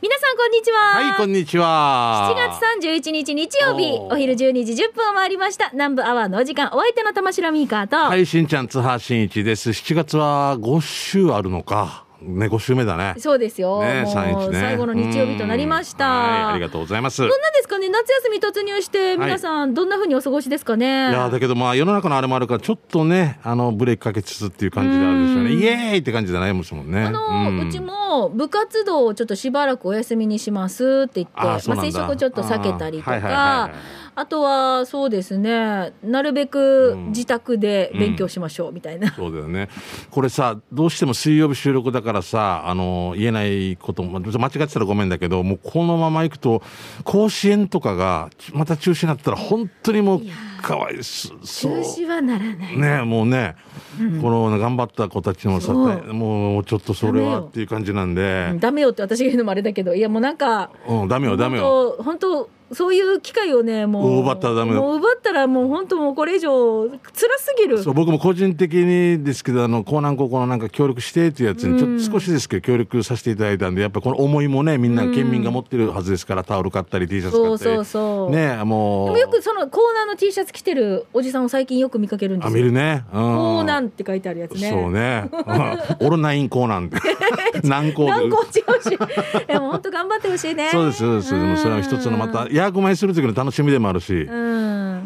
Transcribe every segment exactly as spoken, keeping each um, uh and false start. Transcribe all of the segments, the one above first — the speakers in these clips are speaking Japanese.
皆さんこんにちは。 はい、こんにちは。 しちがつさんじゅういちにち日曜日、 お, お昼じゅうにじじゅっぷんを回りました。南部アワーのお時間、お相手の玉城ミーカーと、 はい、しんちゃん津波しんいちです。しちがつはご週あるのかね、ご週目だね。 そうですよ、 ね、 もうさんいちね、 最後の日曜日となりました。 はい、ありがとうございます。 どんなですかね、夏休み突入して皆さんどんな風にお過ごしですかね。 いやだけどまあ世の中のあれもあるからちょっとね、あのブレーキかけつつっていう感じであるでしょうね。イエーイって感じじゃないもんね。 あの、うん、うちも部活動をちょっとしばらくお休みにしますって言って、あ、まあ、接触をちょっと避けたりとか、あ、はいはいはいはい、あとはそうですね、なるべく自宅で勉強しましょうみたいな、 うんうん、そうだよね。これさ、どうしても水曜日収録だからさ、あの言えないことも間違ってたらごめんだけど、もうこのままいくと甲子園とかがまた中止になったら本当にもうかわいそう。 中止はならないね、もうね、うん、この頑張った子たちもさ、もうちょっとそれはっていう感じなんで、 うん、ダメよって私が言うのもあれだけど、いやもうなんか、 うん、ダメよダメよ、 本当そういう機会をね、もう奪ったらダメよ。 もう奪ったらもう本当もうこれ以上辛すぎる。 そう、僕も個人的にですけど、あの江南高校のなんか協力してっていうやつにちょっと少しですけど協力させていただいたんで、やっぱこの思いもね、みんな県民が持ってるはずですから、タオル買ったり T シャツ買ったり、そうそうそうね、もうでもよくそのコーナーの T シャツ着てるおじさんを最近よく見かけるんですよ。 あ、見るね、うん、 コーナーって書いてあるやつね。 そうねオロナインコーナーって南高南高違うしでも本当頑張ってほしいね。 そうですそうです、うん、でもそれは一つのまたヤーグマイする時の楽しみでもあるし、うん、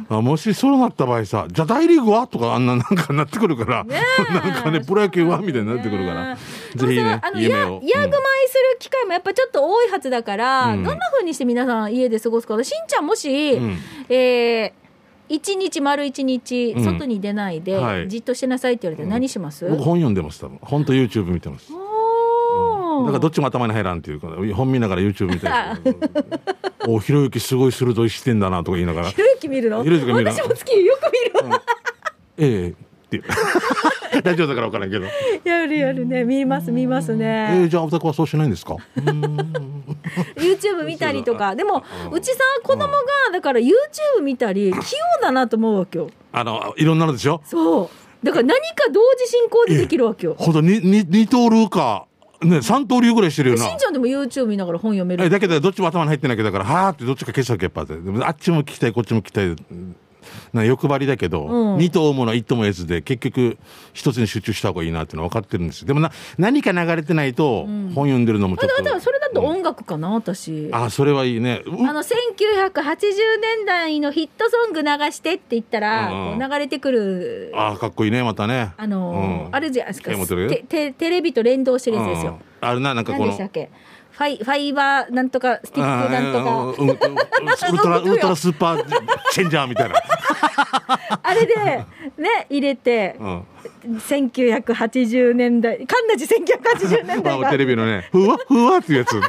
あ、もしそうなった場合さ、じゃあ大リーグはとかあんななんかなってくるから、ね、なんかね、プロ野球はみたいになってくるから、ね、ぜひね、 あの夢をヤーグマイする機会もやっぱちょっと多いはずだから、うん、どんな風にして皆さん家で過ごすか。しんちゃんもし、うん、えー一日丸一日外に出ないで、うん、はい、じっとしてなさいって言われて何します？ 僕本読んでます。多分本と YouTube 見てます。だからどっちも頭に入らんっていうか、本見ながら YouTube 見たりお、ひろゆきすごい鋭い視点だなとか言いながら、 ひろゆき見るの？私も好き、よく見る、うん、 ええっていうラジオだから分からんけどやるやるね、見ます見ますね。 えー、じゃあお宅はそうしないんですか？うーん YouTube 見たりとか。でもうちさ、子供がだから YouTube 見たり器用だなと思うわけよ。 あのいろんなのでしょ。 そうだから何か同時進行でできるわけよ。 ほんとにに二刀流かね、三刀流ぐらいしてるよな。 しんちゃんでも YouTube 見ながら本読める。 だけどどっちも頭に入ってないけど、だからはーってどっちか消すわけやっぱ。でもあっちも聞きたいこっちも聞きたい、な欲張りだけど、うん、二頭もの一頭もやつで結局一つに集中した方がいいなっていうのは分かってるんですよ。でもな、何か流れてないと本読んでるのもちょっと、うん、 だからそれだと音楽かな、うん、私。 あ、それはいいね。 あのせんきゅうひゃくはちじゅうねんだいのヒットソング流してって言ったら、うん、こう流れてくる。 あ、かっこいいね、またね。 あのーうん、あれじゃないですか、 テ, テ, テレビと連動してるやつですよ、 うん、あれな、なんかこの何でしたっけ、ファイ、ファイバーなんとかスティックなんとか、 うん、ウルトラウルトラスーパーチェンジャーみたいなあれでね入れて、うん、せんきゅうひゃくはちじゅうねんだい、かんなじせんきゅうひゃくはちじゅうねんだいがテレビのね、ふわふわっていうやつ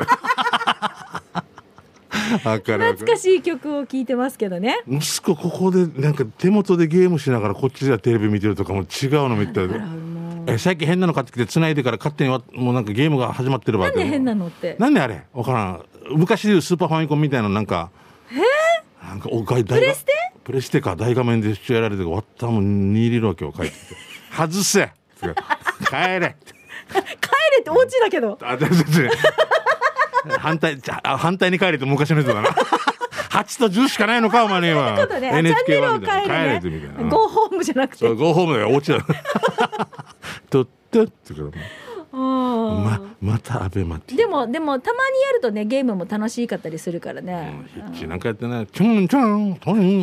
懐かしい曲を聴いてますけどね。 息子ここでなんか手元でゲームしながらこっちではテレビ見てるとかも違うの見たら、え最近変なの買ってきて繋いでから勝手にもうなんかゲームが始まってるわけ。 なんで変なのって、 なんであれ分からん。昔でいうスーパーファミコンみたいな、なんかえなんかおプレステプレステか大画面で視聴やられて終わったもんに入れるわけよ。帰ってきて外せ帰れ帰れってお家だけどあ反対反対に帰れって昔の人だなはちとじゅうしかないのかお前には。 そういうことね、エヌエイチケー はみたいな、帰れってみたいな、ゴーホームじゃなくて、 そうゴーホームだよ、お家だとっとってからま, またアベマティ。 でもでもたまにやるとね、ゲームも楽しかったりするからね、 うん、ヒッチなんかやってね、チュンチュントン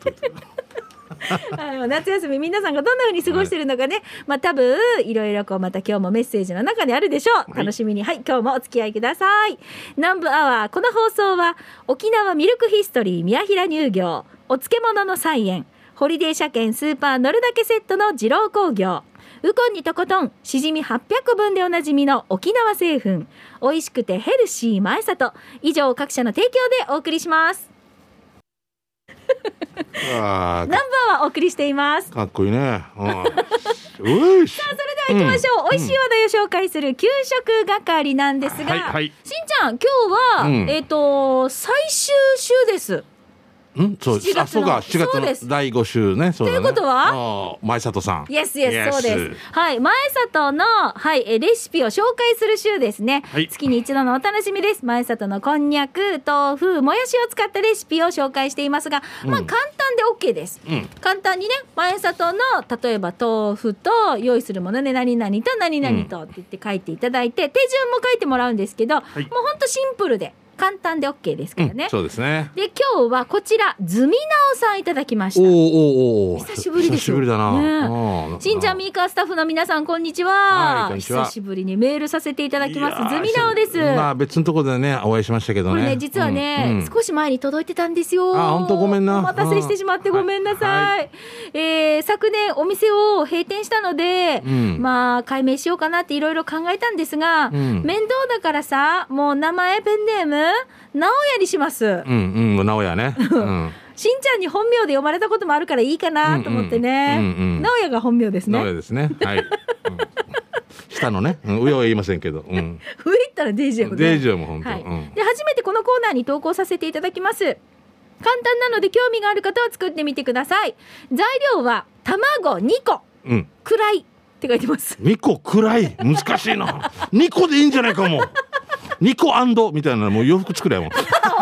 夏休み皆さんがどんな風に過ごしてるのかね、はい、まあ多分いろいろこうまた今日もメッセージの中にあるでしょう、楽しみに、はい、今日もお付き合いください。南部アワー、この放送は沖縄ミルクヒストリー宮平乳業、お漬物の菜園、ホリデー車検スーパー乗るだけセットの二郎工業、ウコンにとことんしじみはっぴゃくぶんでおなじみの沖縄製粉、おいしくてヘルシー前里、以上各社の提供でお送りしますナンバーはお送りしています。 かっこいいねさあそれでは行きましょう、うん、美味しい話題を紹介する給食係なんですが、はいはい、しんちゃん今日は、うん、えーと最終週です。 んそうしちがつのあそうかしちがつそうですのだいご週ねそうだねということはあ前里さんイエスイエス Yes そうです。はい前里の、はい、えレシピを紹介する週ですね、 はい月に一度のお楽しみです。前里のこんにゃく豆腐もやしを使ったレシピを紹介していますが、 うんまあ簡単で OK です、 うん、 簡単にね前里の例えば豆腐と用意するもので何々と何々とって言って書いていただいて、うん、手順も書いてもらうんですけど、はい、もうほんとシンプルで簡単で OK ですからね、 うん、そうですね。 で今日はこちらズミナオさんいただきました。 おーおーおー久しぶりですよ。 久しぶりだな、 ね、しんちゃんみーかスタッフの皆さんこんにちは、 はい、こんにちは。 久しぶりにメールさせていただきます。ズミナオです。 まあ別のところでねお会いしましたけどね、 これね実はね、うんうん、少し前に届いてたんですよ。 あ本当ごめんな、 お待たせしてしまってごめんなさい、はいはい、えー、昨年お店を閉店したので、うん、まあ改名しようかなっていろいろ考えたんですが、うん、面倒だからさもう名前ペンネームなおやにします。 うんうん、なおやね、うん、 しんちゃんに本名で呼ばれたこともあるからいいかなと思ってね、うんうんうんうん、なおやが本名ですね。 なおやですね、はい、うん、下のね、うん、上は言いませんけど、うん、上行ったらデイジェもね、 デイジェも本当、 はい、 うん、 で初めてこのコーナーに投稿させていただきます。簡単なので興味がある方は作ってみてください。材料は卵にこ、うん、くらいって書いてます。 にこくらい難しいなにこでいいんじゃないかもにこみたいなもう洋服作れよも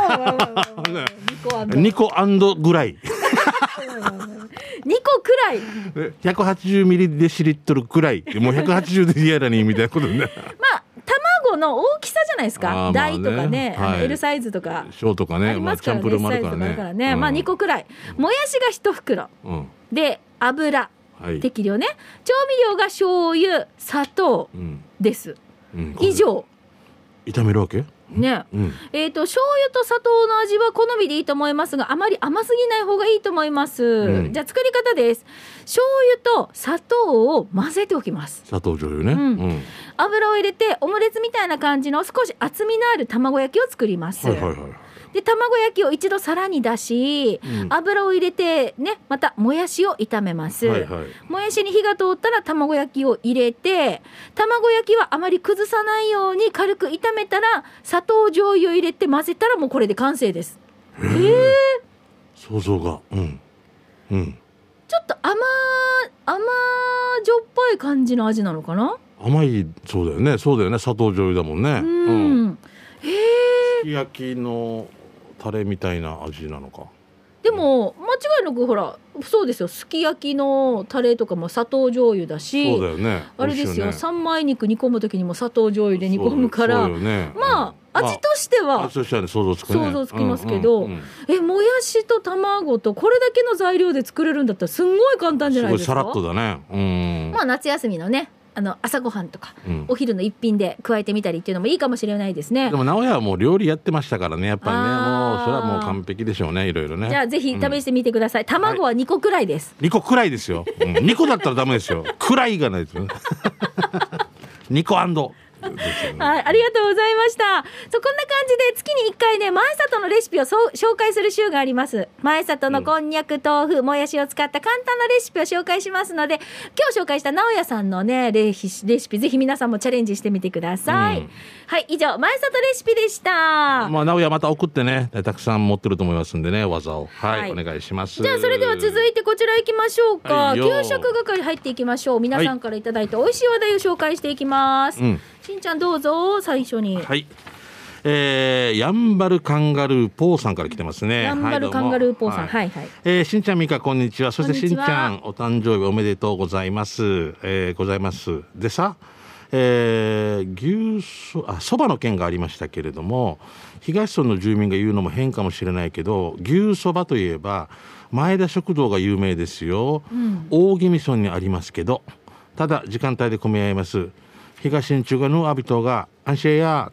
うにこぐらいにこくらいひゃくはちじゅうミリデシリットルくらいもうひゃくはちじゅうで嫌だにみたいなことねまあ卵の大きさじゃないですか、大とかね、はい、L サイズとか小とかね、まあ、チャンプルーもあるからね、 からね、うん、まあにこくらい、もやしがいち袋、うん、で油、はい、適量ね、調味料が醤油砂糖です、うんうん、以上炒めるわけね、うん、えーと醤油と砂糖の味は好みでいいと思いますがあまり甘すぎない方がいいと思います、うん、じゃあ作り方です。醤油と砂糖を混ぜておきます。 砂糖醤油ね、うんうん、 油を入れてオムレツみたいな感じの少し厚みのある卵焼きを作ります、はいはいはい。で卵焼きを一度皿に出し、うん、油を入れてねまたもやしを炒めます、はいはい、もやしに火が通ったら卵焼きを入れて卵焼きはあまり崩さないように軽く炒めたら砂糖醤油を入れて混ぜたらもうこれで完成です。へえ想像がうんうんちょっと甘甘じょっぱい感じの味なのかな。 甘いそうだよねそうだよね砂糖醤油だもんね。うん、うん、へえすき焼きのタレみたいな味なのか。 でも間違いなくほらそうですよすき焼きのタレとかも砂糖醤油だしそうだよねあれですよ、ね、三枚肉煮込む時にも砂糖醤油で煮込むからそう、ね、まあ、うん、味としては、まあ、 味としては、ね、想像つくね想像つきますけど、うんうんうん、えもやしと卵とこれだけの材料で作れるんだったらすんごい簡単じゃないですか。 すごいさらっとだね。うんまあ夏休みのねあの朝ごはんとか、うん、お昼の一品で加えてみたりっていうのもいいかもしれないですね。 でも直哉はもう料理やってましたからねやっぱりねもうそれはもう完璧でしょうねいろいろね。 じゃあぜひ試してみてください、うん、卵はにこくらいです、 はい、にこくらいですよ、うん、にこだったらダメですよくらいがないですよにこはい、ありがとうございました。そうこんな感じで月にいっかいね前里のレシピをそう紹介する週があります。前里のこんにゃく豆腐もやしを使った簡単なレシピを紹介しますので今日紹介した直哉さんのねレシピぜひ皆さんもチャレンジしてみてください、うん、はい以上前里レシピでした。 まあ直哉また送ってねたくさん持ってると思いますんでね技を、はいはい、お願いします。 じゃあそれでは続いてこちら行きましょうか、はい、給食係入っていきましょう。皆さんからいただいて美味しい話題を紹介していきます、はいうんしんちゃんどうぞ最初に。 はい、えー、やんばるカンガルーポーさんから来てますね。 やんばるカンガルーポーさん、はい、はいはい、 えー、しんちゃんみかこんにちは。そしてしんちゃんお誕生日おめでとうございます、えー、ございますでさ、えー、牛そあそばの件がありましたけれども東村の住民が言うのも変かもしれないけど牛そばといえば前田食堂が有名ですよ、うん、大宜味村にありますけどただ時間帯で混み合います東中がのアビトが安心や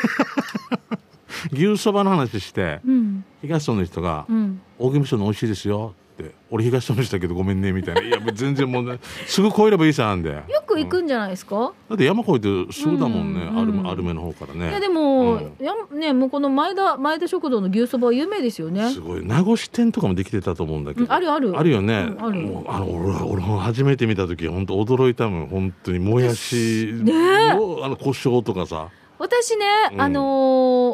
牛そばの話して、うん、東村の人が、うん、大宜味村の美味しいですよって俺東村の人だけどごめんねみたいないや全然もう、ね、すぐ越えればいいさなんでよく行くんじゃないですか、うん、 だって山越えてすぐだもんね、うんうん、アルメの方からね。 いやでも、うん、やねもうこの前田前田食堂の牛そばは有名ですよね。 すごい名護市店とかもできてたと思うんだけど、 うん、あるあるあるよね、 うん、あるもうあの 俺, 俺初めて見た時本当驚いたもん本当にもやしの、ね、あの胡椒とかさ私ね、うん、あのー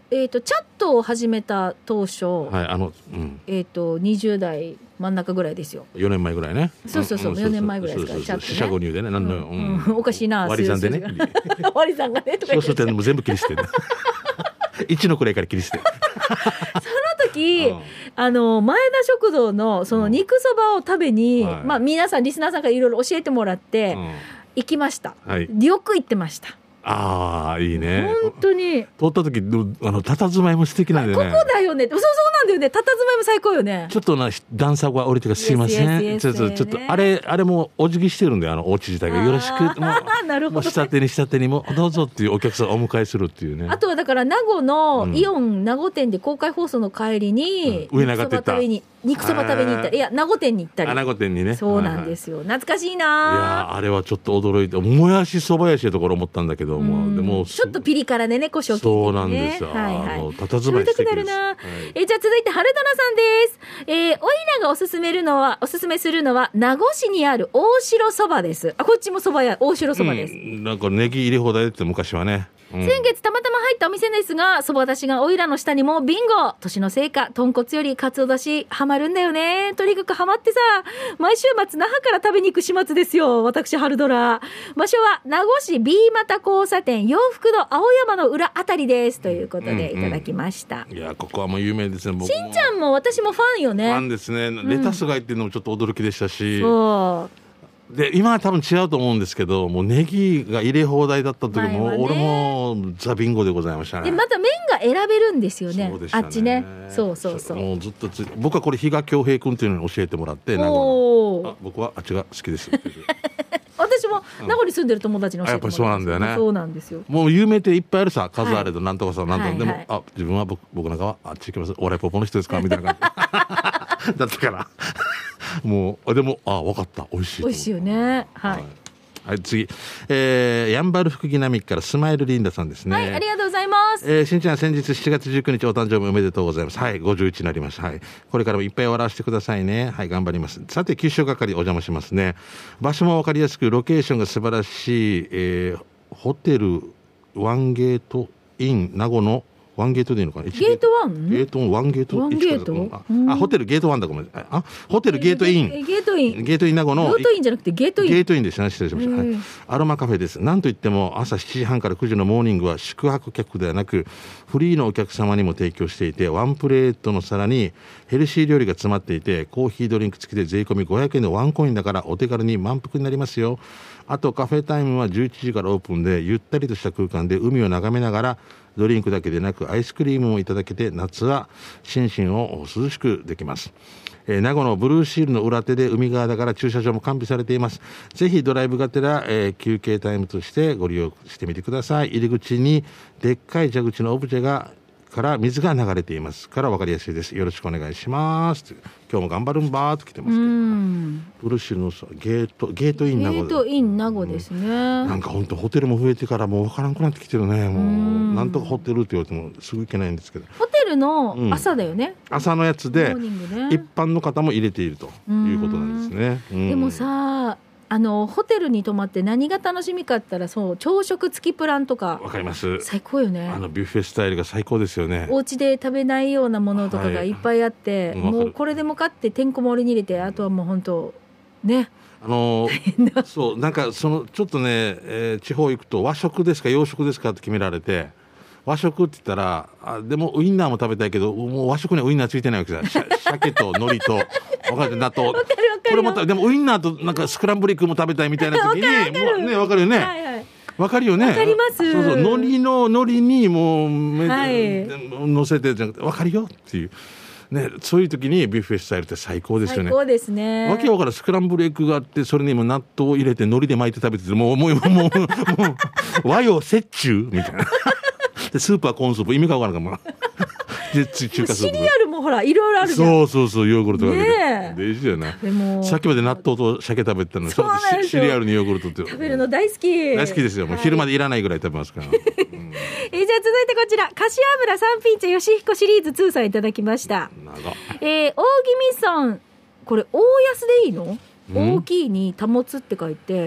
えー、とチャットを始めた当初、 はい、あの、うん、 えー、とにじゅう代真ん中ぐらいですよ。 よねんまえぐらいね。 そうそうそう、うん、よねんまえぐらいですから、チャットね。 四捨五入でね、なんの、 うんうん、おかしいな、 割り算でね。 割り算がねとかそうするともう全部切り捨てる。いちの位から切り捨てる。 その時、うん、あの前田食堂のその肉そばを食べに、うんはい、まあ、皆さんリスナーさんからいろいろ教えてもらって、うん、行きました、はい、よく行ってました。 ああいいね。 本当に通った時あの佇まいも素敵なんでね。 ここだよね。そうそうなんだよね。佇まいも最高よね。 ちょっとな段差が降りてからすいません。ちょっとちょっとあれあれもお辞儀してるんで、あのお家自体がよろしくもうなるほど、ね、もう下手に下手にもどうぞっていうお客さんをお迎えするっていうね。 あとはだから名護のイオン名護店で公開放送の帰りに、 うん、上長ってった肉そば食べに行ったり、いや名護店に行ったり。 名護店にね。 そうなんですよ、はいはい、懐かしいな。 いやあれはちょっと驚いて、もやしそばやしのところ思ったんだけども、でもちょっとピリ辛でね、胡椒効いて、ね、 そうなんですよ。はいはい、あの佇まい素敵です。 はい、えじゃあ続いて春棚さんです。えー、おいらがおすすめるのはおすすめするのは名護市にある大城そばです。あ、こっちもそばや大城そばです、うん、 なんかネギ入れ放題って昔はね。うん、 先月たまたま入ったお店ですが、そばだしがおいらの下にもビンゴ。年のせいか豚骨よりカツオだしハマるんだよね。とにかくハマってさ、毎週末那覇から食べに行く始末ですよ、私春ドラ。場所は名護市 B 又交差点洋服の青山の裏あたりです、ということでいただきました、 うんうん、いやここはもう有名ですね。僕もしんちゃんも私もファンよね。 ファンですね。レタスが入ってるのもちょっと驚きでしたし、 うん、そうで今は多分違うと思うんですけど、もうネギが入れ放題だった時も、ね、俺もザビンゴでございましたね。 でまた麺が選べるんですよ ね, そうでしたね、 あっちね。そうそうそう、 もうずっとつ僕はこれ比嘉恭平君っていうのに教えてもらって、名護のあ僕はあっちが好きですって私も名護に住んでる友達に教えてもらって、うん、やっぱりそうなんだよね。そうなんですよ。 もう有名っていっぱいあるさ、数あれとなんとかさ、はい、なんとか、はいはい、でもあ自分は 僕, 僕なんかはあっち行きます、お笑いポポの人ですかみたいな感じだったからもうでもあ分かった、美味しい美味しいよね。はい、はいはい、次、えー、やんばる福木並木からスマイルリンダさんですね。 はい、ありがとうございます。 えー、しんちゃん先日しちがつじゅうくにちお誕生日おめでとうございます。はい、ごじゅういちになりました。はい、これからもいっぱい笑わせてくださいね。はい、頑張ります。さて九州係お邪魔しますね。場所も分かりやすくロケーションが素晴らしい、えー、ホテルワンゲートイン名護のワンゲートでいいのかな。 ゲートワン？ ゲートワンゲートワンゲート？ あ、あホテルゲートワンだごめん。あホテルゲートイン。 ゲートイン。 ゲートイン名護の。 ゲートインじゃなくてゲートイン。 ゲートインでしたね。失礼しました。はい。アロマカフェです。なんといっても朝しちじはんからくじのモーニングは宿泊客ではなくフリーのお客様にも提供していて、ワンプレートの皿にヘルシー料理が詰まっていて、コーヒードリンク付きで税込みごひゃくえんのワンコインだからお手軽に満腹になりますよ。あとカフェタイムはじゅういちじからオープンで、ゆったりとした空間で海を眺めながらドリンクだけでなくアイスクリームもいただけて、夏は心身を涼しくできます。えー、名護のブルーシールの裏手で海側だから駐車場も完備されています。ぜひドライブがてら、えー、休憩タイムとしてご利用してみてください。入り口にでっかい蛇口のオブジェがから水が流れていますから分かりやすいです。よろしくお願いします。今日も頑張るんばーと来てますけど、ブルーシールのゲートゲートイン名護ゲートイン名護ですね、うん、 なんか本当ホテルも増えてからもう分からなくなってきてるね。もうなんとかホテルって言われてもすぐ行けないんですけど、 ホテルの朝だよね、 うん、朝のやつで、ね、一般の方も入れているということなんですね、うん、 でもさあのホテルに泊まって何が楽しみかったら、そう朝食付きプランとかわかります。 最高よね。 あのビュッフェスタイルが最高ですよね。 お家で食べないようなものとかがいっぱいあって、はい、もうこれでもかっててんこ盛りに入れて、あとはもう本当ね、 あのそうなんかそのちょっとね、えー、地方行くと和食ですか洋食ですかって決められて、和食って言ったらあでもウインナーも食べたいけど、もう和食にはウインナーついてないわけですよ。鮭と海苔と分かる納豆これもでもウインナーとなんかスクランブルエッグも食べたいみたいな時にもうね分かるよね、はいはい、分かるよね。 分かります。 そうそう海苔の海苔にもう、はい、乗せてじゃなくて分かるよっていうね、そういう時にビュッフェスタイルって最高ですよね。 最高ですね。 わけわからんスクランブルエッグがあって、それにも納豆を入れて海苔で巻いて食べてて、もうもうもうもう和洋折衷みたいなでスープはコーンスープ意味がわからんかもで中華スープシリアルもほらいろいろあるじゃん。 そうそうそうヨーグルトがね大事だよね。でもさっきまで納豆と鮭食べてたのにシリアルにヨーグルトって食べるの大好き大好きですよ。もう昼までいらないぐらい食べますから、うん、えじゃあ続いてこちら菓子油三品茶よしひこシリーズにさんいただきました。えー、大宜味村これ大安でいいの？大きいに保つって書いて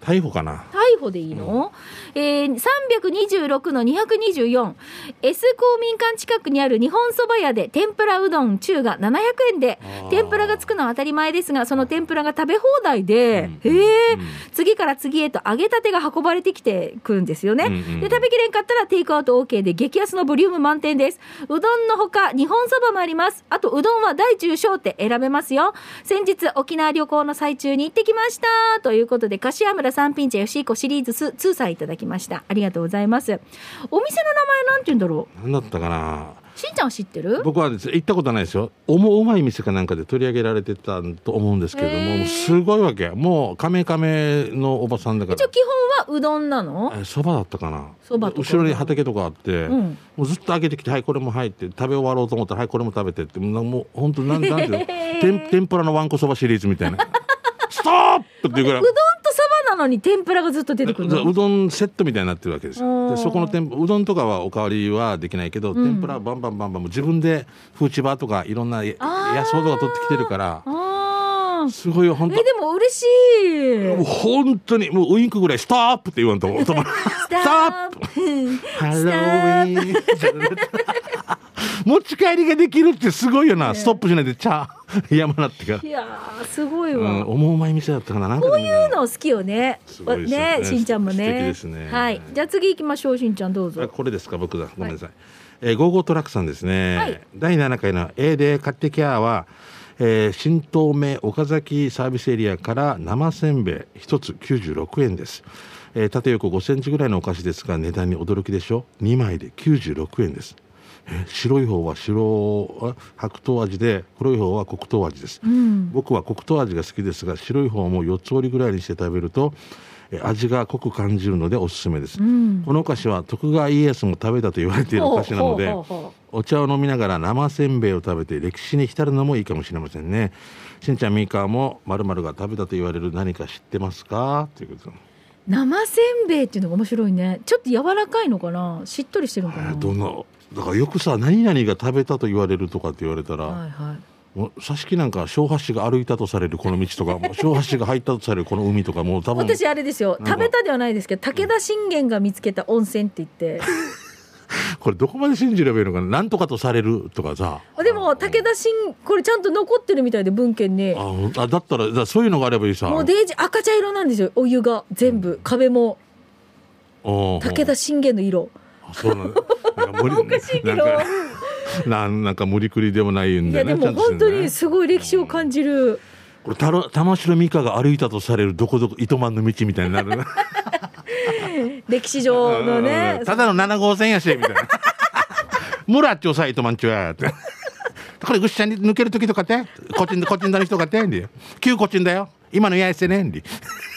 逮捕かな。 逮捕でいいの、うん、えー、さんびゃくにじゅうろくのにひゃくにじゅうよん S 公民館近くにある日本そば屋で天ぷらうどん中がななひゃくえんで天ぷらがつくのは当たり前ですが、その天ぷらが食べ放題で、うん、へえ、うん、次から次へと揚げたてが運ばれてきてくるんですよね、うんうん、で食べきれんかったらテイクアウト OK で激安のボリューム満点です。うどんのほか日本そばもあります。あとうどんは大中小って選べますよ。先日沖縄旅行の最中に行ってきましたということで、柏村三品茶よしいこシリーズにさんいただきました。ありがとうございます。お店の名前なんて言うんだろう。 何だったかな。 しんちゃんは知ってる？ 僕はですね、行ったことないですよ。おもうまい店かなんかで取り上げられてたと思うんですけども、すごいわけ。もうカメカメのおばさんだから。 一応基本はうどんなの？ そばだったかな。 そばとか後ろに畑とかあって、うん、もうずっと揚げてきて、はいこれも入って食べ終わろうと思ったらはいこれも食べてって、もう本当なんなんていうの天天ぷらのわんこそばシリーズみたいな。ストップっていうぐらい。 うどんとそばなのに天ぷらがずっと出てくるの。 うどんセットみたいになってるわけですよ。でそこの天うどんとかはおかわりはできないけど、うん、天ぷらはバンバンバンバンもう自分でフーチバーとかいろんな野草とか取ってきてるから、すごいよ本当。 えでも嬉しい。 もう本当にもうウインクぐらいストップって言わんとストップハロウィン持ち帰りができるってすごいよな、ね、ストップしないでチャー山なってから。 いやすごいわ、うん、 思うまい店だったかな。なんかこういうの好きよね。 すごいですね、 ねしんちゃんもね。 素敵ですね。 はい、じゃあ次行きましょう。しんちゃんどうぞ。 これですか。僕だごめんなさい、はい、えー、ゴーゴートラックさんですね、はい、だいななかいの A で買ってきゃは、えー、新東名岡崎サービスエリアから生せんべいひとつきゅうじゅうろくえんです。えー、縦横ごセンチぐらいのお菓子ですが値段に驚きでしょ。にまいできゅうじゅうろくえんです。え白い方は白白桃味で黒い方は黒糖味です、うん、僕は黒糖味が好きですが白い方もよっつ折りぐらいにして食べるとえ味が濃く感じるのでおすすめです、うん、このお菓子は徳川家康も食べたと言われているお菓子なのでお茶を飲みながら生せんべいを食べて歴史に浸るのもいいかもしれませんね。しんちゃんみーかーも〇〇が食べたと言われる何か知ってますかということで、 生せんべいっていうのが面白いね。ちょっと柔らかいのかな、しっとりしてるのかな。 どんなだからよくさ何々が食べたと言われるとかって言われたら、 はいはい、 もうさしきなんか小橋が歩いたとされるこの道とか小橋が入ったとされるこの海とかもう多分私あれですよ、食べたではないですけど武田信玄が見つけた温泉って言ってこれどこまで信じればいいのかな。なんとかとされるとかさ。 でも武田信これちゃんと残ってるみたいで文献に。 ああだったらだそういうのがあればいいさ。 もうデージ赤茶色なんですよお湯が全部、うん、壁も武田信玄の色。 あそうなんだ。なんか無理おかしいけどなんなんか無理くりでもないんでね。 いやでも本当にすごい歴史を感じる。 これたろ玉城美香が歩いたとされるどこどこ糸満の道みたいになる歴史上のねただのななごうせんやしみたいな村っちょさ糸満ちょやってこれぐっしゃに抜ける時とかってこっちんこっちんだの人かってんで旧こっちんだよ今のやいせねんで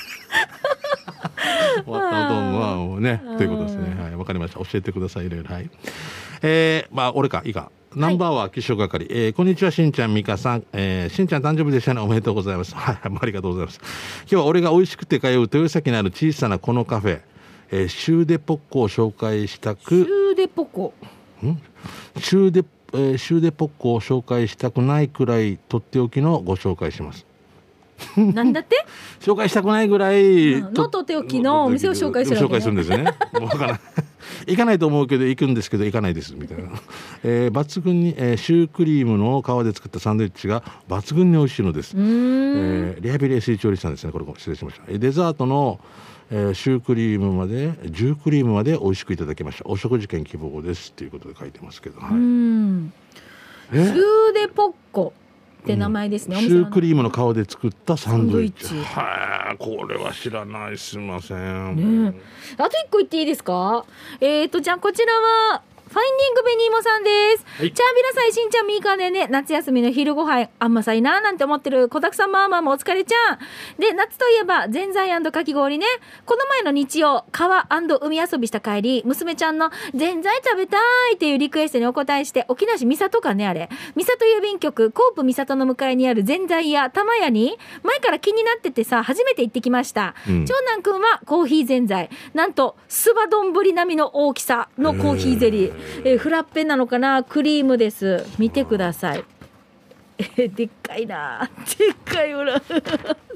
終わったどうもねということですね。はい、わかりました。教えてください。いろいろ。はい。えー、まあ俺かいいか。ナンバーは気象係、はい、えー、こんにちはしんちゃんみかさん、えー、しんちゃん誕生日でしたね。おめでとうございます。はい、ありがとうございます。今日は俺が美味しくて通う豊崎にある小さなこのカフェ、えー、シューデポッコを紹介したくシューデポッコんシューデ、えー、シューデポッコを紹介したくないくらいとっておきのご紹介します。 なんだって紹介したくないぐらい、 うん、のとっておきのお店を紹介するわけ、ね、 紹介するんですね。もうわからない行かないと思うけど行くんですけど行かないですみたいな、えー、抜群に、えー、シュークリームの皮で作ったサンドイッチが抜群に美味しいのです。 うーん、 えー、リハビリエスイ調理師さんですね。これ失礼しました。デザートの、えー、シュークリームまでジュークリームまで美味しくいただきました。お食事券希望ですということで書いてますけど、はい、うーんシューデポッコって名前ですね、 うん、シュークリームの皮で作ったサンドイッチ。 はあ、これは知らない。すいません、 ね、あと一個言っていいですか。えーとじゃあこちらはファインディングベニーモさんです、はい、チャービラサイしんちゃんみーかーでね、夏休みの昼ご飯あんまさいななんて思ってる子だくさんマーマーもお疲れちゃんで、夏といえばぜんざい&かき氷ね。この前の日曜川&海遊びした帰り、娘ちゃんのぜんざい食べたいっていうリクエストにお答えして、沖縄市三郷かね、あれ三郷郵便局コープ三郷の向かいにあるぜんざい屋玉屋に前から気になっててさ、初めて行ってきました、うん、長男くんはコーヒーぜんざい、なんとスバ丼並みの大きさのコーヒーゼリー、えー、フラッペなのかな、クリームです。見てください。えー、でっかいな、でっかいほら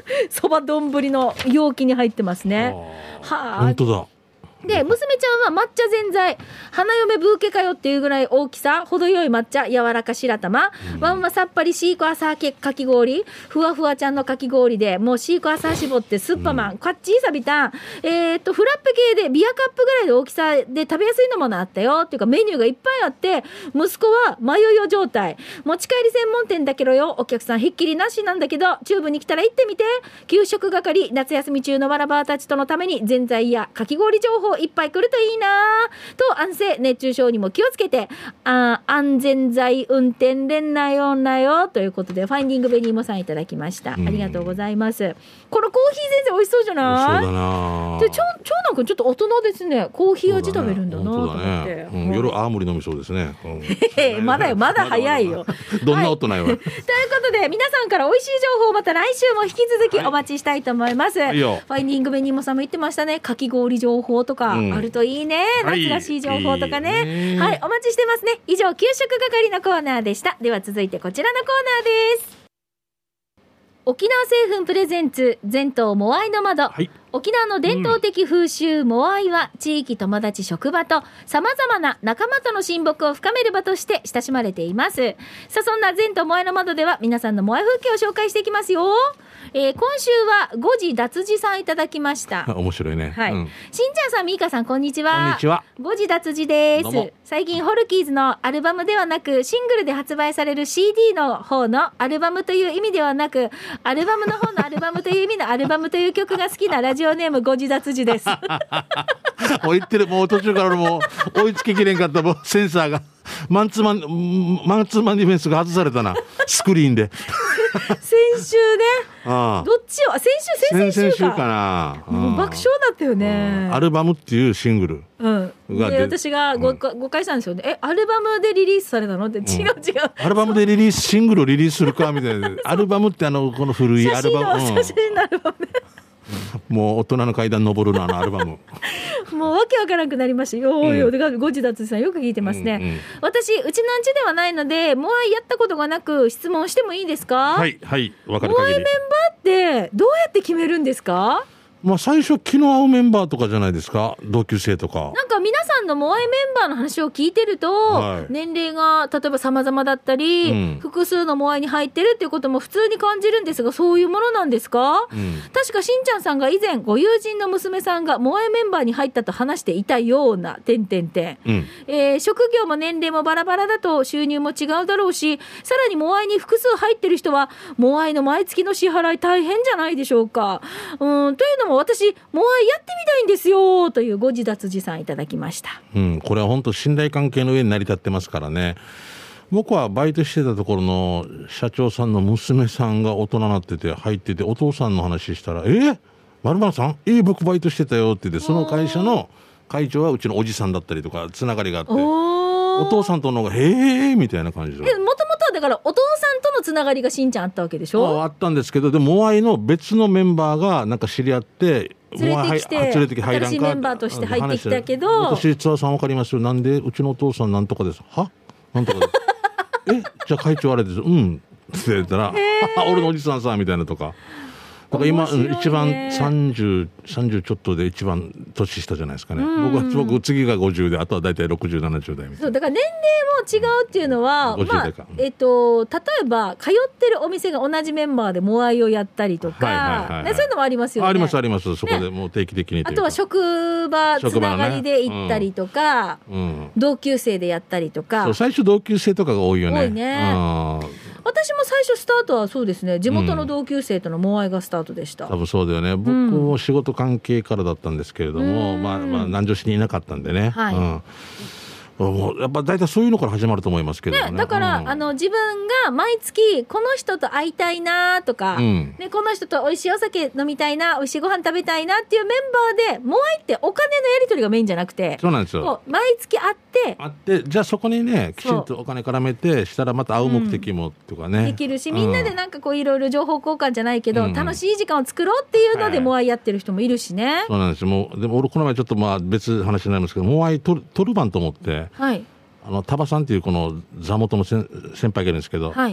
そば丼の容器に入ってますね。はあ、 本当だ。 で娘ちゃんは抹茶ぜんざい花嫁ブーケかよっていうぐらい大きさ、程よい抹茶、柔らか白玉、うん、ワンマさっぱりシークワーサーかき氷、ふわふわちゃんのかき氷でもうシークワーサー絞ってスッパマン、うん、カッチーサビタン、えー、っとフラッペ系でビアカップぐらいの大きさで食べやすいのものあったよっていうか、メニューがいっぱいあって、息子は迷いよ状態、持ち帰り専門店だけどよ、お客さんひっきりなしなんだけどチューブに来たら行ってみて、給食係夏休み中のわらばたちとのためにぜんざいやかき氷情報いっぱい来るといいなと、安静熱中症にも気をつけて、あ安全剤運転連内女よということで、ファインディングベニーモさんいただきました。ありがとうございます。このコーヒー全然美味しそうじゃない？そうだな。で長長男くんちょっと大人ですね。コーヒー味食べるんだなと思って、ねうん、 夜青森飲みそうですね、 うん、まだよまだ早いよどんな大人よ、はい、 ということで皆さんから美味しい情報をまた来週も引き続きお待ちしたいと思います、はい、ファインディングベニーモさんも言ってましたね、かき氷情報とかあるといいね、うん、夏らしい情報とかね、はい、いいね、はい、お待ちしてますね。以上給食係のコーナーでした。では続いてこちらのコーナーです。沖縄製粉プレゼンツ全島モアイの窓、はい、沖縄の伝統的風習、うん、モアイは地域友達職場と様々な仲間との親睦を深める場として親しまれています。さあそんな全島モアイの窓では皆さんのモアイ風景を紹介していきますよ。えー、今週は五時脱字さんいただきました。 面白いね、 はい、うん、しんちゃんさん、みーかさん、こんにちは。 こんにちは。 五時脱字です。最近ホルキーズのアルバムではなくシングルで発売される シーディー の方のアルバムという意味ではなく、アルバムの方のアルバムという意味のアルバムという曲が好きなラジオネーム五時脱字ですもう言ってる、もう途中からもう追いつききれんかった、もうセンサーがマンツーマンマンツーマンディフェンスが外されたなスクリーンで先週ね、ああどっちを先週先々週か、先々週かな、もう爆笑だったよね。 アルバムっていうシングル、うん、 で私が誤解したんですよね、えアルバムでリリースされたのって、違う違う、 アルバムでリリースシングルをリリースするかみたいなアルバムってあのこの古いアルバム、 写真のアルバムもう大人の階段登るのあのアルバムもうわけわからなくなりましたよ、うん、よご時脱さんよく聞いてますね、うんうん、私うちのんちではないのでモアイやったことがなく質問してもいいですか？ はいはいわかる限り。 モアイメンバーってどうやって決めるんですか？ まあ、最初気の合うメンバーとかじゃないですか、同級生とか。 なんか皆さんのモアイメンバーの話を聞いてると、はい、年齢が例えば様々だったり、うん、複数のモアイに入ってるっていうことも普通に感じるんですが、そういうものなんですか？うん、確かしんちゃんさんが以前ご友人の娘さんがモアイメンバーに入ったと話していたような点々点、うんえー、職業も年齢もバラバラだと収入も違うだろうし、さらにモアイに複数入ってる人はモアイの毎月の支払い大変じゃないでしょうか。うんというのも私モアイやってみたいんですよというご自脱字さんいただきました、 うん、これは本当信頼関係の上に成り立ってますからね。僕はバイトしてたところの社長さんの娘さんが大人になってて入ってて、お父さんの話したら、えー、〇〇さんえー、僕バイトしてたよって言って、その会社の会長はうちのおじさんだったりとかつながりがあって、お父さんとの方がへーみたいな感じで、 もともとだからお父さんとのつながりがしんちゃんあったわけでしょ。 あ, あったんですけど、でもモアイの別のメンバーがなんか知り合って連れてきて、連れてきて新しいメンバーとして入ってきたけど、 私ツアーさん分かりますよ、なんでうちのお父さんなんとかです、はなんとかですえじゃあ会長あれです、うんって言ったら俺のおじさんさみたいなとか、だから今、ね、一番さんじゅう、さんじゅうちょっとで一番年下じゃないですかね。僕は僕次がごじゅうで、あとはだいたいろくじゅう、ななじゅう代みたいな。 そうだから年齢も違うっていうのは、まあえっと、例えば通ってるお店が同じメンバーでモアイをやったりとか、はいはいはいはい、ね、そういうのもありますよね。 ありますあります。そこでもう定期的に、ね、 あとは職場つながりで行ったりとか、ね、うん、同級生でやったりとか。 そう最初同級生とかが多いよね。 多いね。私も最初スタートはそうですね、地元の同級生とのモアイがスタートでした、 うん、多分そうだよね。僕も仕事関係からだったんですけれども、うん、まあ、まあ南城市にいなかったんでね、はい、うんもうやっぱ大体そういうのから始まると思いますけど ね, ねだから、うん、あの自分が毎月この人と会いたいなとか、うんね、この人と美味しいお酒飲みたいな、美味しいご飯食べたいなっていうメンバーで、モアイってお金のやり取りがメインじゃなくて、 そうなんですよ、 毎月会って会ってじゃあそこにねきちんとお金絡めてしたらまた会う目的もとかね、うん、 できるし、みんなでなんかこういろいろ情報交換じゃないけど、うん、楽しい時間を作ろうっていうので、モアイやってる人もいるしね。 そうなんですよ。もうでも俺この前ちょっとまあ別話になりますけど、モアイトル、トルバンと思って、はい、あのタバさんっていうこの座元の先輩がいるんですけど、はい、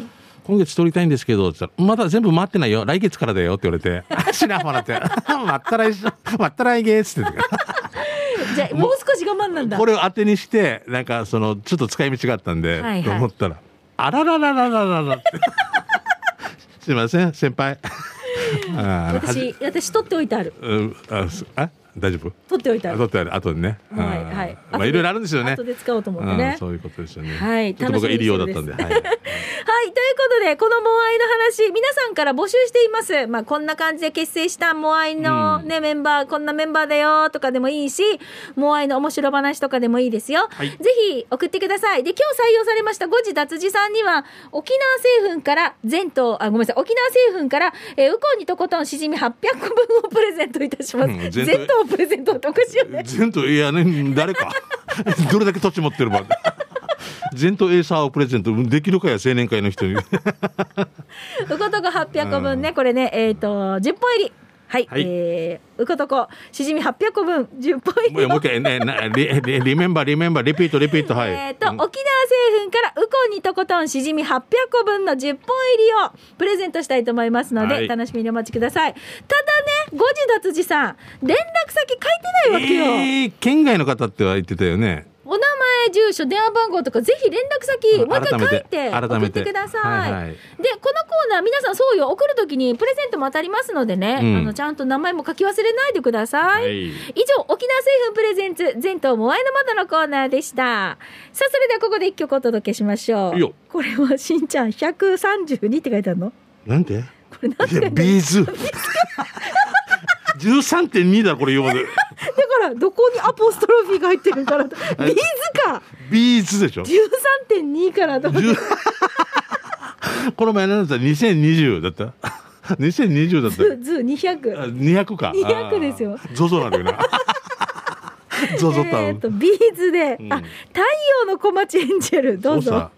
今月取りたいんですけどって言ったらまだ全部待ってないよ来月からだよって言われてしなもらって待った来待った来月ってじゃあもう少し我慢なんだ。 これを当てにしてなんかそのちょっと使い道があったんで、はいはい、と思ったらあらららららららってすいません先輩私私取っておいてある。 うんああ大丈夫？ 取っておいてある。 取ってある後でね。 はいはい。 まあいろいろあるんですよね。 後で使おうと思ってね。 そういうことですよね。 はい。 ちょっと僕が入りようだったんで。はい。はい。ということでこのモアイの話皆さんから募集しています。まあこんな感じで結成したモアイのね、うん、メンバーこんなメンバーだよとかでもいいし、モアイの面白話とかでもいいですよ。はい、ぜひ送ってください。で今日採用されました誤字脱字さんには沖縄製粉から全島あごめんなさい沖縄製粉から、えー、ウコンにとことんしじみはっぴゃっこぶんをプレゼントいたします。うん、全島プレゼントっておかしいよね。 全島いやね誰かどれだけ土地持ってるば全島エーサーをプレゼントできるかや青年会の人にウコトコはっぴゃっこぶんねこれねえっ、ー、とじゅっぽん入りはい、はい、えー、ウコトコしじみはっぴゃっこぶんじゅっぽん入りもう一回ねリ, リ, リメンバーリメンバーリピートリピートはいえっ、ー、と、うん、沖縄製粉からウコンにとことんしじみはっぴゃっこぶんのじゅっぽん入りをプレゼントしたいと思いますので、はい、楽しみにお待ちください。ただね誤字脱字さん連絡先書いてないわけよ、 えー、県外の方っては言ってたよね。 お名前住所電話番号とかぜひ連絡先もう一回書いて送ってください、はいはい、でこのコーナー皆さんそうよ送るときにプレゼントも当たりますのでね、うん、あのちゃんと名前も書き忘れないでください、はい、以上沖縄製粉プレゼンツ全島モアイの窓のコーナーでした。さあそれではここで一曲お届けしましょう。いいよ。これはしんちゃんひゃくさんじゅうにって書いてあるのなんてこれなんて書いてあるビーズじゅうさんてんに だこれ読むでだからどこにアポストロフィーが入ってるからビーズかビーズでしょじゅうさんてんに からと思ってこの前何だったにせんにじゅうだったにせんにじゅうだったズーにひゃくにひゃくかにひゃくですよゾゾなるよなゾゾタウン、 えー、とビーズで、うん、あ太陽の小町エンジェルどうぞ。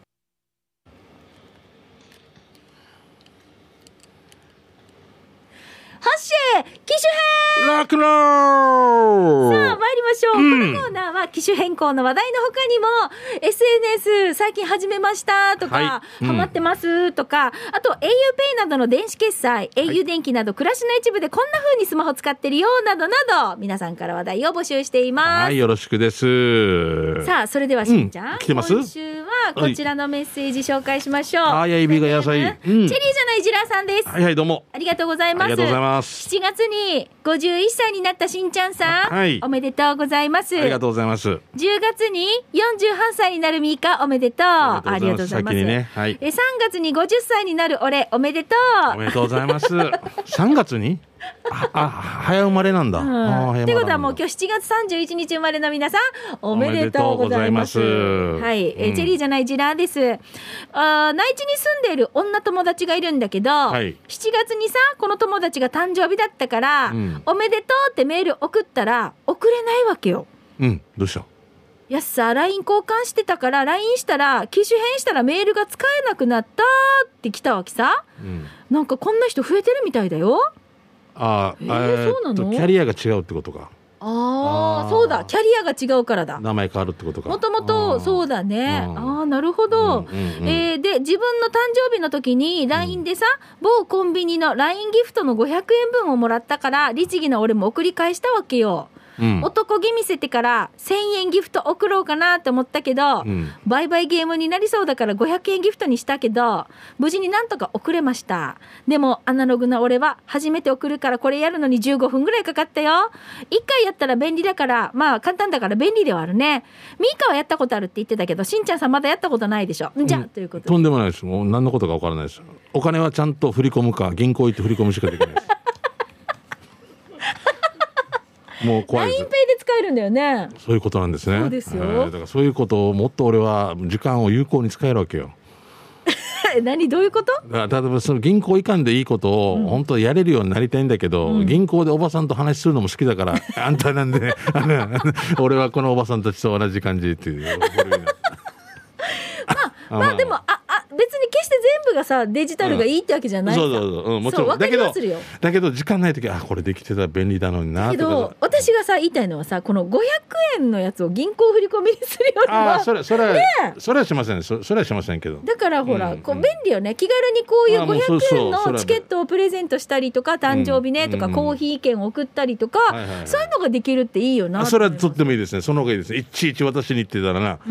ハッシェ機種編ラクロー。 さあ参りましょう、うん、このコーナーは機種変更の話題の他にも エスエヌエス 最近始めましたとか、はい、うん、ハマってますとか、あと エーユー ペイなどの電子決済、はい、エーユー 電気など暮らしの一部でこんな風にスマホ使ってるよなどなど皆さんから話題を募集しています。 はい、よろしくです。 さあそれではしんちゃん、うん、 来てます。 今週はこちらのメッセージ紹介しましょう。 はい、エビが野菜、うん、 チェリーじゃないジラーさんです。 はいはいどうもありがとうございます。 ありがとうございます。 しちがつにごじゅういっさいになったしんちゃんさん、はい、おめでとうございます。 ありがとうございます。 じゅうがつによんじゅうはっさいになるみーかおめでとう。ありがとうございます。ね、はい、えさんがつにごじゅっさいになる俺おめでとう。 おめでとうございますさんがつにああ早生まれなんだ、うん、 ってことはもう今日しちがつさんじゅういちにち生まれの皆さんおめでとうございます。はい、うん、えチェリーじゃないジラーです。あ内地に住んでいる女友達がいるんだけど、はい、しちがつにさこの友達が誕生日だったから、うん、おめでとうってメール送ったら送れないわけよ。 うんどうした。 やっさ ライン 交換してたから ライン したら機種変したらメールが使えなくなったって来たわけさ、うん、なんかこんな人増えてるみたいだよ。 あ、えー、そうなの。キャリアが違うってことか。 ああそうだキャリアが違うからだ。 名前変わるってことか。 もともとそうだね。ああなるほど、うんうんうん、えー、で自分の誕生日の時に ライン でさ、うん、某コンビニの ライン ギフトのごひゃくえんぶんをもらったから律儀な俺も送り返したわけよ。うん、男気見せてからせんえんギフト送ろうかなって思ったけど、うん、売買ゲームになりそうだからごひゃくえんギフトにしたけど無事になんとか送れました。でもアナログな俺は初めて送るからこれやるのにじゅうごふんぐらいかかったよ。いっかいやったら便利だからまあ簡単だから便利ではあるね。ミーカはやったことあるって言ってたけどしんちゃんさんまだやったことないでしょ。じゃあ、うん、ということでとんでもないです。もう何のことか分からないです。お金はちゃんと振り込むか銀行行って振り込むしかできないですもう怖いです。 ライン ペイ で使えるんだよね。そういうことなんですね。 そうですよ、 えー、だからそういうことをもっと俺は時間を有効に使えるわけよ何どういうこと。 例えばその銀行行かんでいいことを本当やれるようになりたいんだけど、うん、銀行でおばさんと話するのも好きだからあんたなんで俺はこのおばさんたちと同じ感じっていうまあ、まあでもああ別に決して全部がさデジタルがいいってわけじゃないさ、 うん、そうそうそう、うん、もちろんそう分かりまするよ。 だけど時間ない時あこれできてたら便利だのになだけど私がさ言いたいのはさこのごひゃくえんのやつを銀行振り込みにするよりはあそれそれは、 ね、 それはしません そ, それはしませんけどだからほら、 うん、 こう便利よね気軽にこういうごひゃくえんそうそうのチケットをプレゼントしたりとか誕生日ねとか、 うん、 コーヒー券を送ったりとか、 はいはいはい、 そういうのができるっていいよな。 それはとってもいいですね。その方がいいですね。いちいち私に言ってたらな、 うん、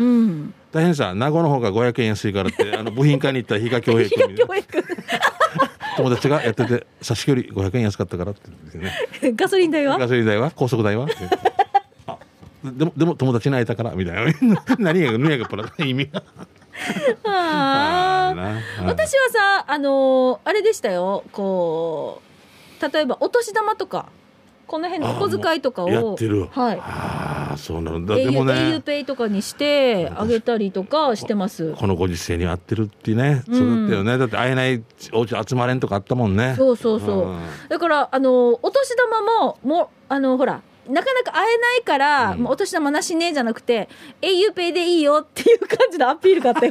大変さ名護の方がごひゃくえん安いからってあの部品買いに行った比嘉恭平君友達がやってて差し距離ごひゃくえん安かったからって言ってねガソリン代はガソリン代は高速代はあでもでも友達に会えたからみたいな何が何がプラ意味がああ私はさあのー、あれでしたよこう例えばお年玉とかこの辺のお小遣いとかをやってる、 はい、 ああそうなんだ。でもね au ペイとかにしてあげたりとかしてます。 このご時世に合ってるってね、うん、そうだったよね。だって会えないお家集まれんとかあったもんね。 そうそうそう、うん、だからあのお年玉ももあのほらなかなか会えないから、うん、もうお年玉なしねじゃなくて au ペイでいいよっていう感じのアピールがあって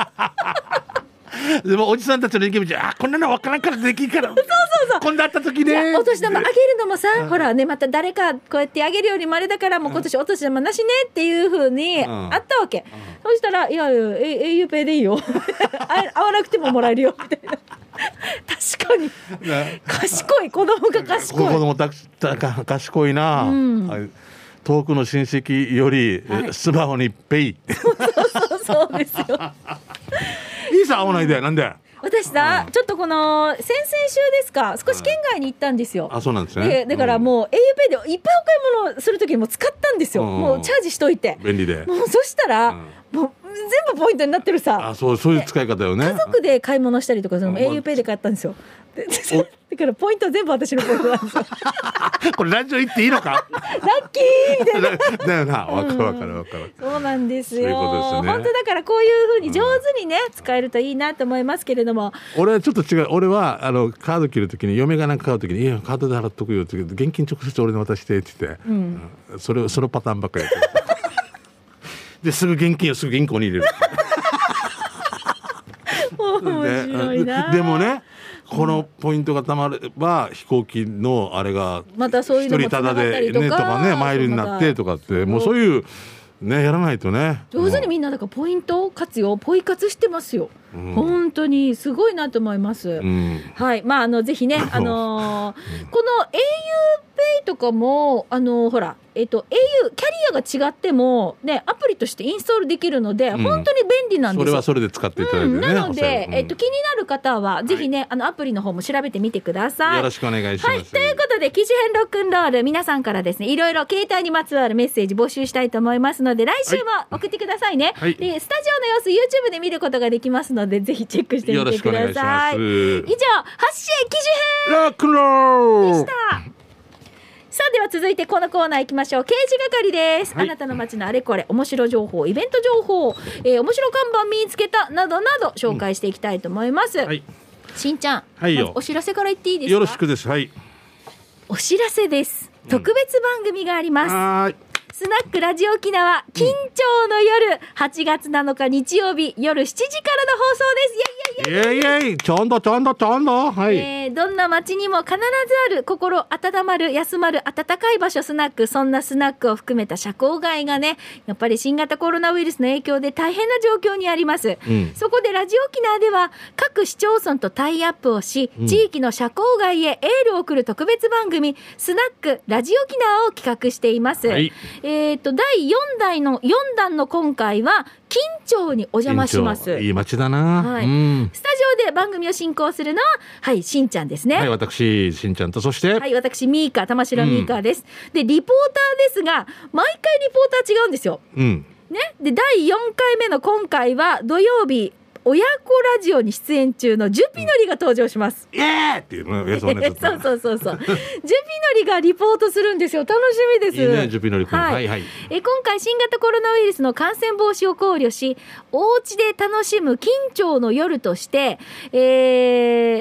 でもおじさんたちの意見あこんなの分からんからできるからそうそうそう今度会った時ねお年玉あげるのもさほらねまた誰かこうやってあげるよりもあれだからもう今年お年玉なしねっていう風にあったわけ、うん、そしたらいやいや au ペイでいいよ会わなくてももらえるよみたいな確かに賢い子供が賢い子供たた賢いな、うん、遠くの親戚より、はい、スマホにペイそうそうそうですよいいさ会わないでなんで私さ、うん、ちょっとこの先々週ですか少し県外に行ったんですよ、 うん、あそうなんですね。 だからもう au ペイでいっぱいお買い物するときにも使ったんですよ、うん、もうチャージしといて便利でもうそしたら、うん、もう全部ポイントになってるさあそうそういう使い方よね。 家族で買い物したりとかその au ペイで買ったんですよ。だからポイント全部私のポイントなんですよこれラジオ行っていいのかラッキーみたいなだよな分かる分かる分かる、 うん、そうなんですよ。 そういうことですね。 本当だからこういう風に上手にね、うん、使えるといいなと思いますけれども俺はちょっと違う。俺はあのカード切るときに嫁がなんか買うときにいやカードで払っとくよって言う現金直接俺に渡してって言って、うんうん、それそのパターンばっかりやってですぐ現金をすぐ銀行に入れる面白いな。 で, でもねこのポイントがたまれば飛行機のあれがまたそういうのもつながったりとか、 ね、とかねマイルになってとかってもうそういうねやらないとね上手にみんなだからポイント活用ポイ活してますよ、うん、本当にすごいなと思います、うん、はいまああのぜひねあのー、この au ペイとかもあのー、ほらえっと au キャリアが違ってもねアプリとしてインストールできるので、うん、本当に便利なんですよ。 それはそれで使っていただいてね、うん、 なので、えっと、気になる方はぜひね、はい、あのアプリの方も調べてみてください。 よろしくお願いします、はい、 ということで機種編ロックンロール皆さんからですねいろいろ携帯にまつわるメッセージ募集したいと思いますので来週も送ってくださいね、はい、でスタジオの様子 YouTube で見ることができますのでぜひチェックしてみてください。以上発信機種編ロックンロールでした。さあでは続いてこのコーナー行きましょう。刑事係です、はい、あなたの街のあれこれ面白情報イベント情報、えー、面白看板見つけたなどなど紹介していきたいと思います、うんはい、しんちゃん、 はいよ、 まずお知らせから言っていいですか。 よろしくです。はい、 お知らせです。特別番組があります、うん、はいスナックラジオ沖縄緊張の夜、はちがつなのか日曜日夜しちじからの放送です。 イエイイエイイエイイエイちょんどちょんどちょんど、はい、 えー、どんな街にも必ずある心温まる休まる温かい場所スナック。そんなスナックを含めた社交街がねやっぱり新型コロナウイルスの影響で大変な状況にあります、うん、そこでラジオ沖縄では各市町村とタイアップをし、うん、地域の社交街へエールを送る特別番組スナックラジオ沖縄を企画しています、はい、えーとだいよんだいのよんだんの今回は金町にお邪魔します。 いい街だな、はい、うん、 スタジオで番組を進行するのははいしんちゃんですね。 はい私しんちゃんとそしてはい私ミーカ玉城ミーカです、うん、でリポーターですが毎回リポーター違うんですよ、うんね、でだいよんかいめの今回は土曜日親子ラジオに出演中のジュピノリが登場します、 うん、イエーっていうのそうそうそうそうジュピノリがリポートするんですよ。楽しみです。 いいねジュピノリ君、はいはいはい、 え今回新型コロナウイルスの感染防止を考慮しお家で楽しむ緊張の夜として、えー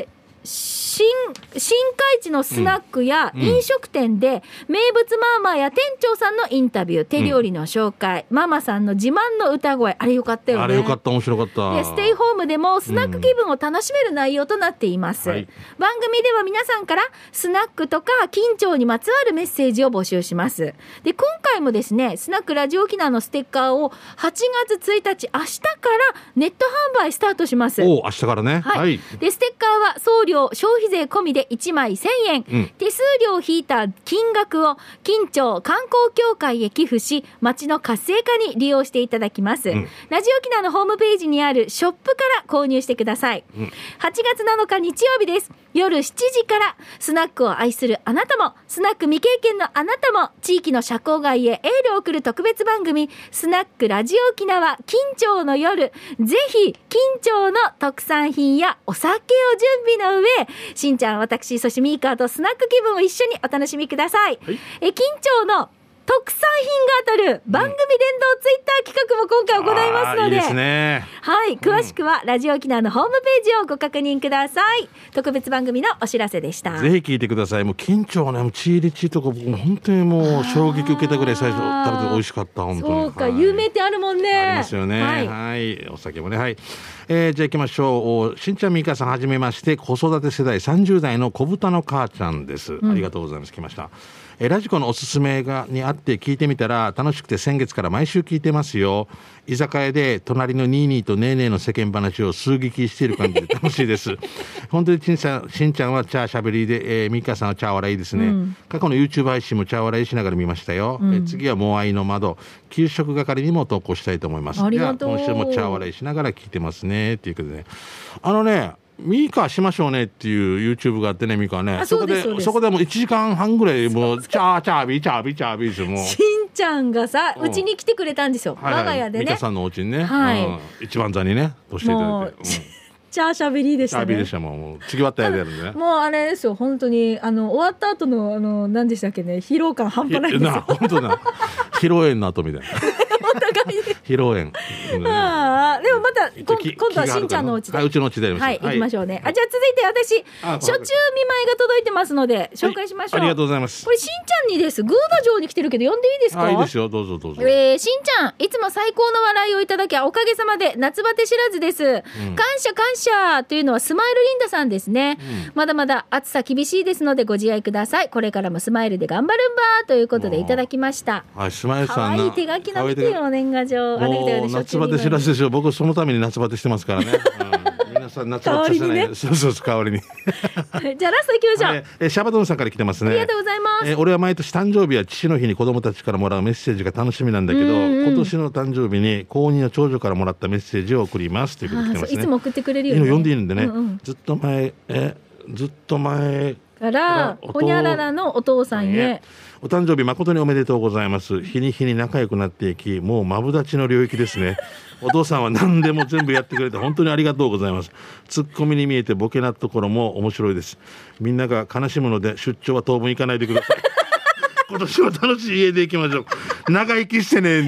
新新海地のスナックや飲食店で名物ママや店長さんのインタビュー、手料理の紹介、ママさんの自慢の歌声、あれよかったよね。 あれよかった、面白かった。 でステイホームでもスナック気分を楽しめる内容となっています、うんはい、番組では皆さんからスナックとか緊張にまつわるメッセージを募集します。で今回もですね、スナックラジオ沖縄のステッカーをはちがつついたち、明日からネット販売スタートします。 お明日からね、 はいはい、 でステッカーは送料消費税込みでいちまいせんえん、うん、手数料を引いた金額を近町観光協会へ寄付し、町の活性化に利用していただきます、うん、ラジオ沖縄のホームページにあるショップから購入してください、うん、はちがつなのか日曜日です。夜しちじからスナックを愛するあなたも、スナック未経験のあなたも、地域の社交外へエールを送る特別番組、スナックラジオ沖縄近町の夜、ぜひ近町の特産品やお酒を準備の上、しんちゃん、私、そしてミーカーとスナック気分を一緒にお楽しみください、はい、え近町の特産品が当たる番組連動ツイッター企画も今回行いますので、うん、いいですね、はい、詳しくはラジオ沖縄のホームページをご確認ください。特別番組のお知らせでした。 ぜひ聞いてください。もう緊張ね、チーリチとか僕も本当にもう衝撃受けたぐらい最初食べて美味しかった。本当にそうか、はい、有名店あるもんね。 ありますよね、はい、はい、お酒もね、はい、えー、じゃあ行きましょう。しんちゃん、みーかさん、はじめまして。子育て世代さんじゅう代の小豚の母ちゃんです、うん、ありがとうございます。来ました。えー、ラジコのおすすめがにあって聞いてみたら楽しくて、先月から毎週聞いてますよ。居酒屋で隣のニーニーとネーネーの世間話を数撃している感じで楽しいです本当にしんちゃん、しんちゃんはチャーしゃべりで、えー、みーかさんはチャー笑いですね、うん、過去の YouTube 配信もチャー笑いしながら見ましたよ、うん、えー、次はモアイの窓給食係にも投稿したいと思います。 ありがとう。 今週もチャー笑いしながら聞いてますねっていうことで、あのね、ミーカーしましょうねっていう YouTube があってね、ミーカーね、そこでそこでもういちじかんはんぐらいもうチャーチャービーチャービーチャービーですよ。もうしんちゃんがさ、うちに来てくれたんですよ、はいはい、我が家でね、 ミカさんのお家にね、 はい、 うん、一番座にねどうしていただいて、うん、 チャーシャベリーでしたね。 チャービーでした。もう次はったやでやるんでね。 もうあれですよ、本当にあの終わった後のあの何でしたっけね、疲労感半端ないんですよ。 本当だ。疲労炎の後みたいな。 お互い疲労炎、 あでもまた今度はしんちゃんのお家で、 はい、うちのお家でやりましょう。 はい、行きましょうね、はい、あじゃあ続いて私初中見舞いが届いてますので紹介しましょう、 はい、ありがとうございます。 これしんちゃんにです。グーダ城に来てるけど呼んでいいですか。 あいいですよ、どうぞどうぞ。 えー、しんちゃん、いつも最高の笑いをいただきおかげさまで夏バテ知らずです、うん、感謝感謝というのはスマイルリンダさんですね、うん、まだまだ暑さ厳しいですのでご自愛ください。これからもスマイルで頑張るんばということでいただきました。 はい、スマイルさんかわいい手書きの見てよ、年賀状。 もう夏バテ知らずでしょ。僕そのために夏バテしてますからね、うん、皆さん夏バテしてない、ね、そうそうそう、代わりにじゃあラストいきましょう、 えー、シャバドンさんから来てますね。 ありがとうございます、 えー、俺は毎年誕生日や父の日に子供たちからもらうメッセージが楽しみなんだけど、今年の誕生日に高にの長女からもらったメッセージを送りますということで来てますね。 いつも送ってくれるよね。 読んでいいんでね、うんうん、ずっと前えずっと前からほにゃららのお父さんへ、 お誕生日誠におめでとうございます。日に日に仲良くなっていき、もうマブダチの領域ですね。お父さんは何でも全部やってくれて本当にありがとうございます。ツッコミに見えてボケなところも面白いです。みんなが悲しむので出張は当分行かないでください。今年は楽しい家で行きましょう。長生きしてね。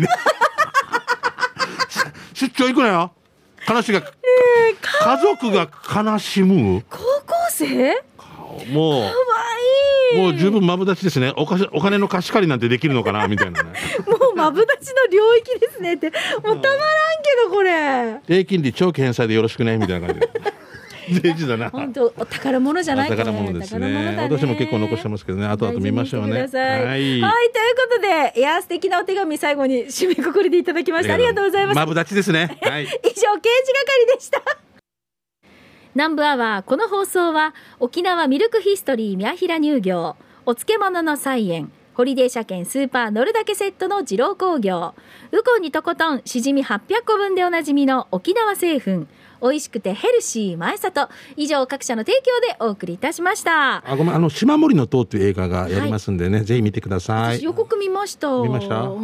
出張行くなよ。話が、えー、家族が悲しむ高校生、 もうかわいい、 もう十分マブダチですね。 お, かしお金の貸し借りなんてできるのかなみたいなね。 もうマブダチの領域ですねって、もうたまらんけどこれ低金利長期返済でよろしくねみたいな感じで大事だな。 本当お宝物じゃないか、ね、 宝物ですね。ね、私も結構残してますけどね、後々見ましょうね。はい、はい、ということで、いや素敵なお手紙最後に締めくくりでいただきました。ありがとうございます。 マブダチですね。はい、以上刑事係でした。南部アワー、この放送は沖縄ミルクヒストリー宮平乳業、お漬物の菜園、ホリデー車検スーパー乗るだけセットの二郎工業、ウコンにとことんしじみはっぴゃっこぶんでおなじみの沖縄製粉、美味しくてヘルシー前里、以上各社の提供でお送りいたしました。 あ、ごめん、あの島森の塔という映画がやりますんでね、はい、ぜひ見てください。 予告見ました。 見ました、うん、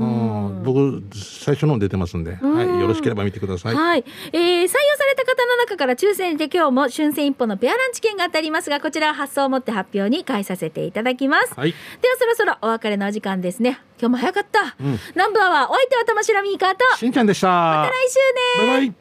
僕最初の出てますんで、うん、はい、よろしければ見てください。 はい、えー、採用された方の中から抽選で今日も春戦一歩のペアランチ券が当たりますが、こちら発送をもって発表に返させていただきます、はい、ではそろそろお別れのお時間ですね。今日も早かった、うん、南部アワー、お相手は玉城ミーカーとしんちゃんでした。 また来週ね。 バイバイ。